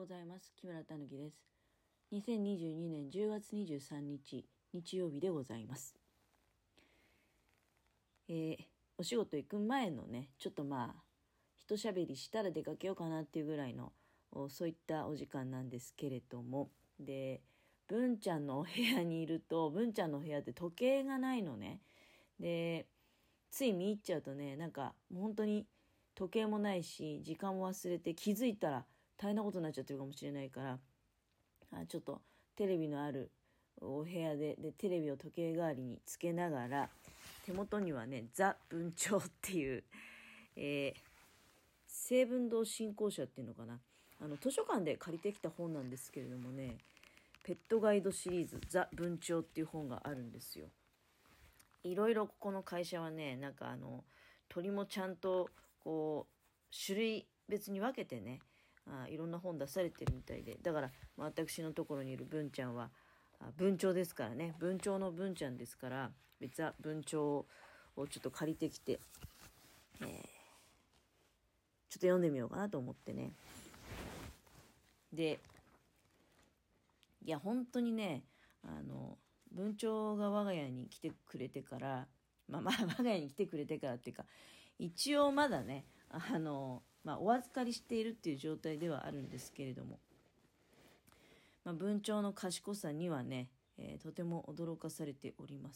ございます。木村たぬきです。2022年10月23日、日曜日でございます。お仕事行く前のね、ちょっと一喋りしたら出かけようかなっていうぐらいの、そういったお時間なんですけれども、で、文ちゃんのお部屋にいると、文ちゃんのお部屋って時計がないのね。で、つい見入っちゃうとね、もう本当に時計もないし、時間も忘れて気づいたら大変なことになっちゃってるかもしれないから、ちょっとテレビのあるお部屋でテレビを時計代わりにつけながら、手元にはね、ザ・文鳥っていう、成文堂振興社っていうのかな。図書館で借りてきた本なんですけれどもね、ペットガイドシリーズ、ザ・文鳥っていう本があるんですよ。いろいろここの会社はね、鳥もちゃんとこう種類別に分けてね、いろんな本出されてるみたいで、だから私のところにいる文ちゃんは文鳥ですからね、文鳥の文ちゃんですから、ザ・文鳥をちょっと借りてきて、ちょっと読んでみようかなと思ってね。で、いや本当にね、文鳥が我が家に来てくれてから、我が家に来てくれてからっていうか、一応まだね、お預かりしているっていう状態ではあるんですけれども、文鳥の賢さにはね、とても驚かされております。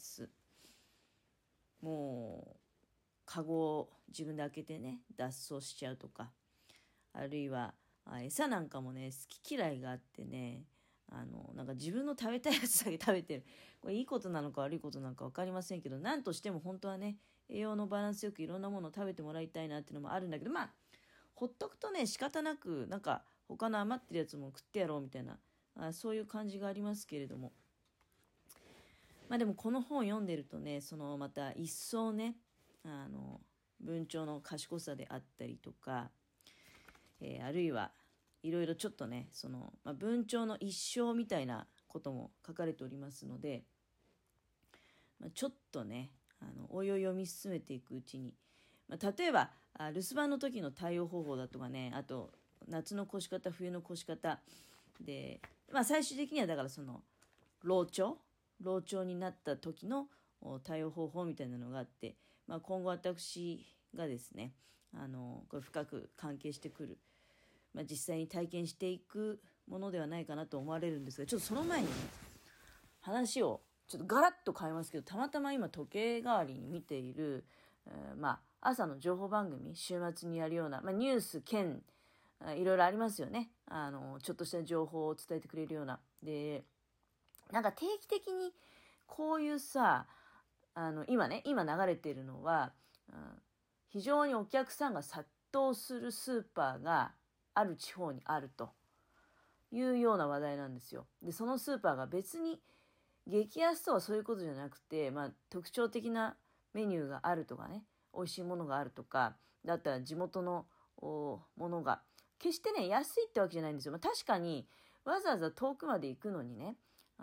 もうカゴを自分で開けてね、脱走しちゃうとか、あるいは餌なんかもね、好き嫌いがあってね、自分の食べたいやつだけ食べてる。これいいことなのか悪いことなのか分かりませんけど、何としても本当はね、栄養のバランスよくいろんなものを食べてもらいたいなっていうのもあるんだけど、ほっとくとね、仕方なく他の余ってるやつも食ってやろうみたいな、そういう感じがありますけれども、でもこの本を読んでるとね、また一層ね、文鳥の賢さであったりとか、あるいはいろいろちょっとね、文鳥の一生みたいなことも書かれておりますので、ちょっとね、おいおい読み進めていくうちに、例えば留守番の時の対応方法だとかね、あと夏の越し方、冬の越し方で、最終的にはだから老鳥になった時の対応方法みたいなのがあって、今後私がですね、これ深く関係してくる、実際に体験していくものではないかなと思われるんですが、ちょっとその前にね、話をちょっとガラッと変えますけど、たまたま今時計代わりに見ている、朝の情報番組、週末にやるような、ニュース兼いろいろありますよね。ちょっとした情報を伝えてくれるような。で、定期的にこういうさ、今流れているのは、非常にお客さんが殺到するスーパーがある地方にあるというような話題なんですよ。で、そのスーパーが別に激安とはそういうことじゃなくて、特徴的なメニューがあるとかね、美味しいものがあるとか、だったら地元のものが、決してね、安いってわけじゃないんですよ。確かに、わざわざ遠くまで行くのにね、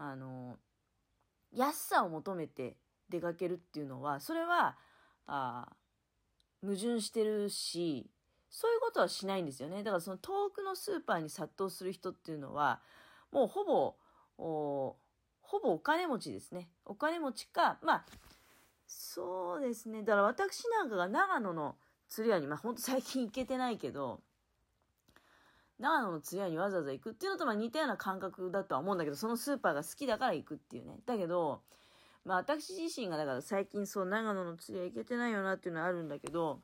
安さを求めて出かけるっていうのは、それは、矛盾してるし、そういうことはしないんですよね。だからその遠くのスーパーに殺到する人っていうのは、もうほぼお金持ちですね。お金持ちか、そうですね。だから私なんかが長野の釣り屋に、ほんと最近行けてないけど、長野の釣り屋にわざわざ行くっていうのと似たような感覚だとは思うんだけど、そのスーパーが好きだから行くっていうね。だけど、私自身がだから最近長野の釣り屋行けてないよなっていうのはあるんだけど、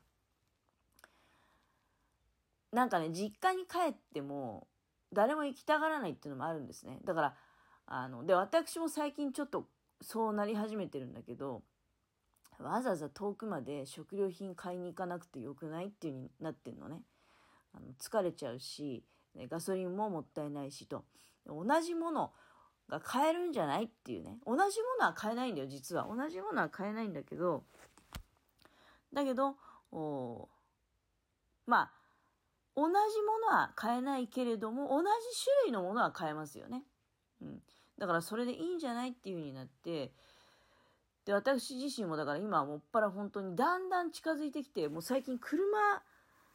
実家に帰っても誰も行きたがらないっていうのもあるんですね。だからで私も最近ちょっとそうなり始めてるんだけど、わざわざ遠くまで食料品買いに行かなくてよくないっていう風になってんのね。疲れちゃうし、ガソリンももったいないしと、同じものが買えるんじゃないっていうね。同じものは買えないんだよ、実は。同じものは買えないんだけど、同じものは買えないけれども、同じ種類のものは買えますよね。だからそれでいいんじゃないっていう風になって、で、私自身もだから今はもっぱら本当にだんだん近づいてきて、もう最近車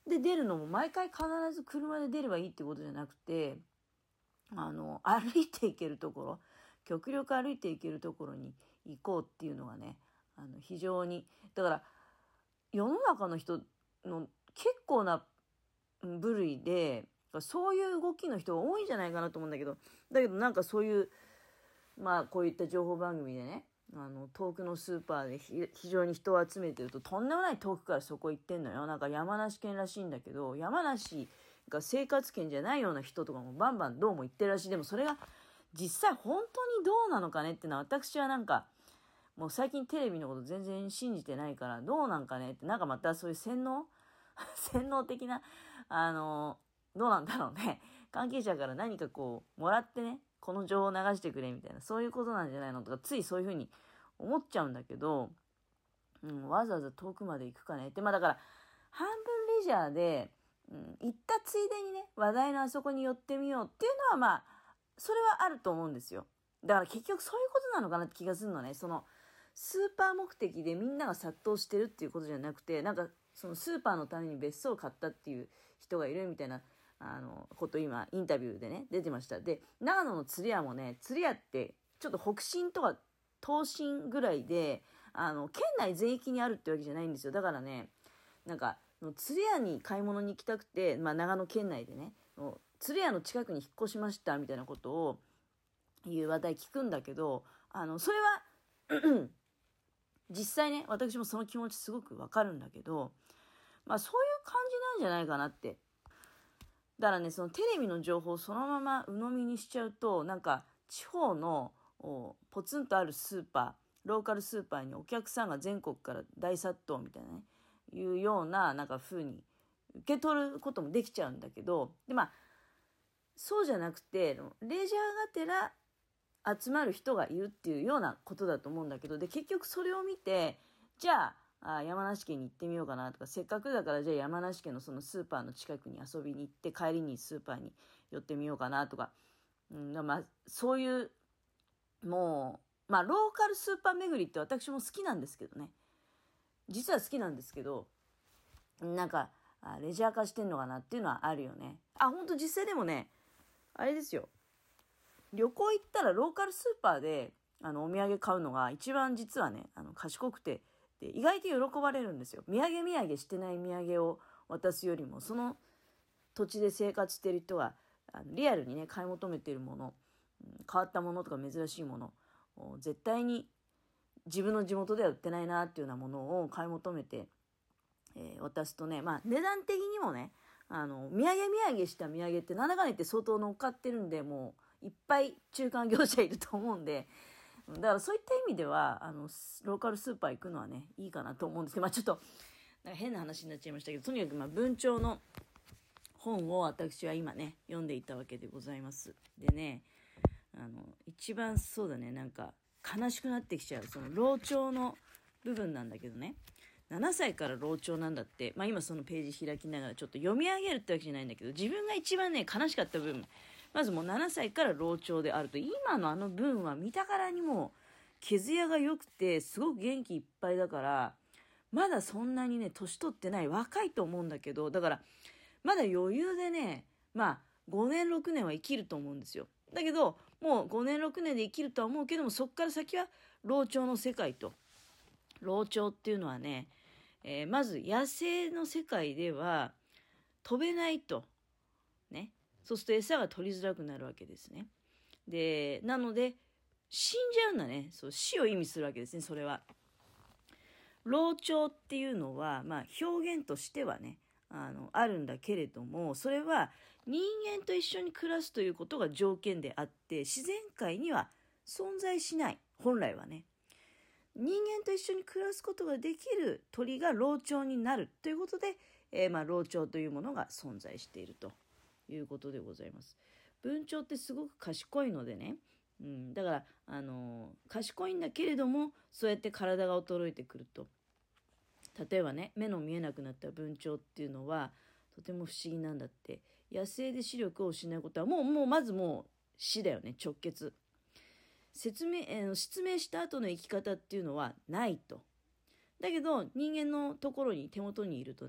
で出るのも毎回必ず車で出ればいいってことじゃなくて、歩いていけるところ、極力歩いていけるところに行こうっていうのがね、非常に、だから世の中の人の結構な部類で、そういう動きの人が多いんじゃないかなと思うんだけど、だけどなんかそういう、まあこういった情報番組でね、遠くのスーパーで非常に人を集めてると、とんでもない遠くからそこ行ってんのよ。なんか山梨県らしいんだけど、山梨が生活圏じゃないような人とかもバンバンどうも行ってるらしい。でもそれが実際本当にどうなのかねっていうのは、私はなんかもう最近テレビのこと全然信じてないから、どうなんかねって、なんかまたそういう洗脳洗脳的な、どうなんだろうね。関係者から何かこう、もらってね、この情報を流してくれみたいな、そういうことなんじゃないのとか、ついそういうふうに思っちゃうんだけど、わざわざ遠くまで行くかねって、まあだから、半分レジャーで、行ったついでにね、話題のあそこに寄ってみようっていうのは、まあ、それはあると思うんですよ。だから結局そういうことなのかなって気がするのね。その、スーパー目的でみんなが殺到してるっていうことじゃなくて、なんか、そのスーパーのために別荘を買ったっていう人がいるみたいな、こと今、インタビューでね、出てました。で、長野の釣り屋もね、釣り屋って、ちょっと北進とか東進ぐらいで、県内全域にあるってわけじゃないんですよ。だからね、なんか、釣り屋に買い物に行きたくて、まあ、長野県内でね、釣り屋の近くに引っ越しましたみたいなことをいう話題聞くんだけど、それは実際ね、私もその気持ちすごくわかるんだけど、まあそういう感じなんじゃないかなって。だからね、そのテレビの情報をそのまま鵜呑みにしちゃうと、なんか地方のポツンとあるスーパー、ローカルスーパーにお客さんが全国から大殺到みたいなね、いうようななんか風に受け取ることもできちゃうんだけど、でまあそうじゃなくて、レジャーがてら集まる人がいるっていうようなことだと思うんだけど、で結局それを見て、じゃあ山梨県に行ってみようかなとか、せっかくだからじゃあ山梨県のそのスーパーの近くに遊びに行って帰りにスーパーに寄ってみようかなとか、まあそういうもうまあローカルスーパー巡りって私も好きなんですけどね、実は好きなんですけど、なんかレジャー化してんのかなっていうのはあるよね。本当実際でもね、あれですよ、旅行行ったらローカルスーパーでお土産買うのが一番実はね賢くて、で意外と喜ばれるんですよ。土産してない土産を渡すよりも、その土地で生活してる人がリアルにね買い求めてるもの、変わったものとか珍しいものを絶対に自分の地元では売ってないなっていうようなものを買い求めて、渡すとね、まあ値段的にもね、土産した土産ってなんだかんだ言って相当乗っかってるんで、もういっぱい中間業者いると思うんで、だからそういった意味ではローカルスーパー行くのはねいいかなと思うんですけど、まあちょっとなんか変な話になっちゃいましたけど、とにかくまあ文鳥の本を私は今ね読んでいたわけでございます。でね、一番そうだね、なんか悲しくなってきちゃうその老鳥の部分なんだけどね、7歳から老鳥なんだって。まあ今そのページ開きながらちょっと読み上げるってわけじゃないんだけど、自分が一番ね悲しかった部分、まずもう7歳から老鳥であると。今の文は見たからにも毛艶が良くてすごく元気いっぱいだから、まだそんなにね年取ってない若いと思うんだけど、だからまだ余裕でね、まあ5年6年は生きると思うんですよ。だけどもう5年6年で生きるとは思うけども、そっから先は老鳥の世界と。老鳥っていうのはね、まず野生の世界では飛べないとね、そうすると餌が取りづらくなるわけですね。でなので死んじゃうんだね。そう、死を意味するわけですね。それは老鳥っていうのは、まあ、表現としてはねあるんだけれども、それは人間と一緒に暮らすということが条件であって、自然界には存在しない。本来はね、人間と一緒に暮らすことができる鳥が老鳥になるということで、まあ、老鳥というものが存在しているということでございます。文鳥ってすごく賢いのでね、だから、賢いんだけれども、そうやって体が衰えてくると、例えばね、目の見えなくなった文鳥っていうのはとても不思議なんだって。野生で視力を失うことはまずもう死だよね、直結。失明した後の生き方っていうのはないと。だけど人間のところに手元にいるとね、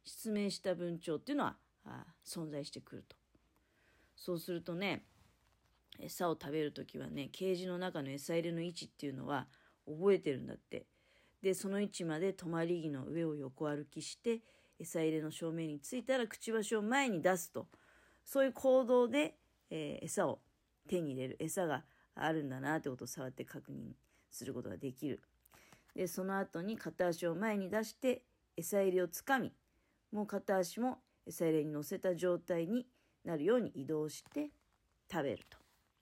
失明した文鳥っていうのは存在してくると。そうするとね、餌を食べるときはね、ケージの中の餌入れの位置っていうのは覚えてるんだって。で、その位置まで止まり木の上を横歩きして、餌入れの正面についたらくちばしを前に出すと。そういう行動で、餌を手に入れる。餌があるんだなってことを触って確認することができる。で、その後に片足を前に出して餌入れをつかみ、もう片足も餌入れに乗せた状態になるように移動して食べると。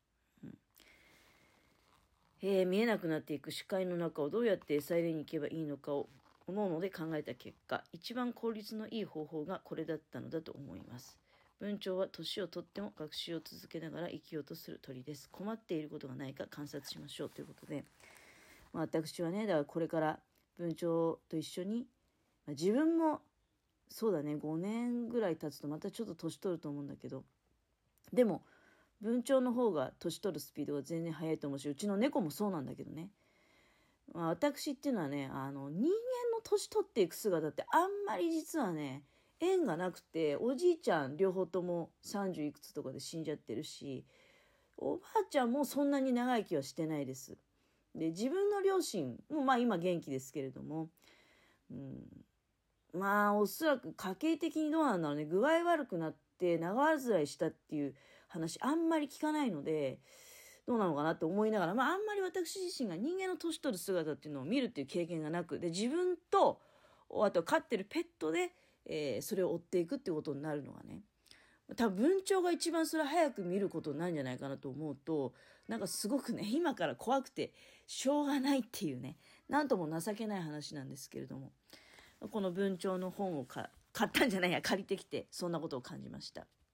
見えなくなっていく視界の中をどうやって餌入れに行けばいいのかを各々で考えた結果、一番効率のいい方法がこれだったのだと思います。文鳥は年をとっても学習を続けながら生きようとする鳥です。困っていることがないか観察しましょうということで、私はね、だからこれから文鳥と一緒に、自分もそうだね、5年ぐらい経つとまたちょっと年取ると思うんだけど、でも文鳥の方が年取るスピードが全然速いと思うし、うちの猫もそうなんだけどね。私っていうのはね、人間の年取っていく姿ってあんまり実はね、縁がなくて、おじいちゃん両方とも30いくつとかで死んじゃってるし、おばあちゃんもそんなに長生きはしてないです。で、自分の両親も今元気ですけれども、おそらく家計的にどうなんだろうね、具合悪くなって長患いしたっていう話あんまり聞かないので、どうなのかなと思いながら、あんまり私自身が人間の年取る姿っていうのを見るっていう経験がなく、で自分とあと飼ってるペットで、それを追っていくっていうことになるのがね、多分文鳥が一番それ早く見ることなんじゃないかなと思うと、なんかすごくね、今から怖くてしょうがないっていうね、なんとも情けない話なんですけれども、この文鳥の本を買ったんじゃないや、借りてきてそんなことを感じました。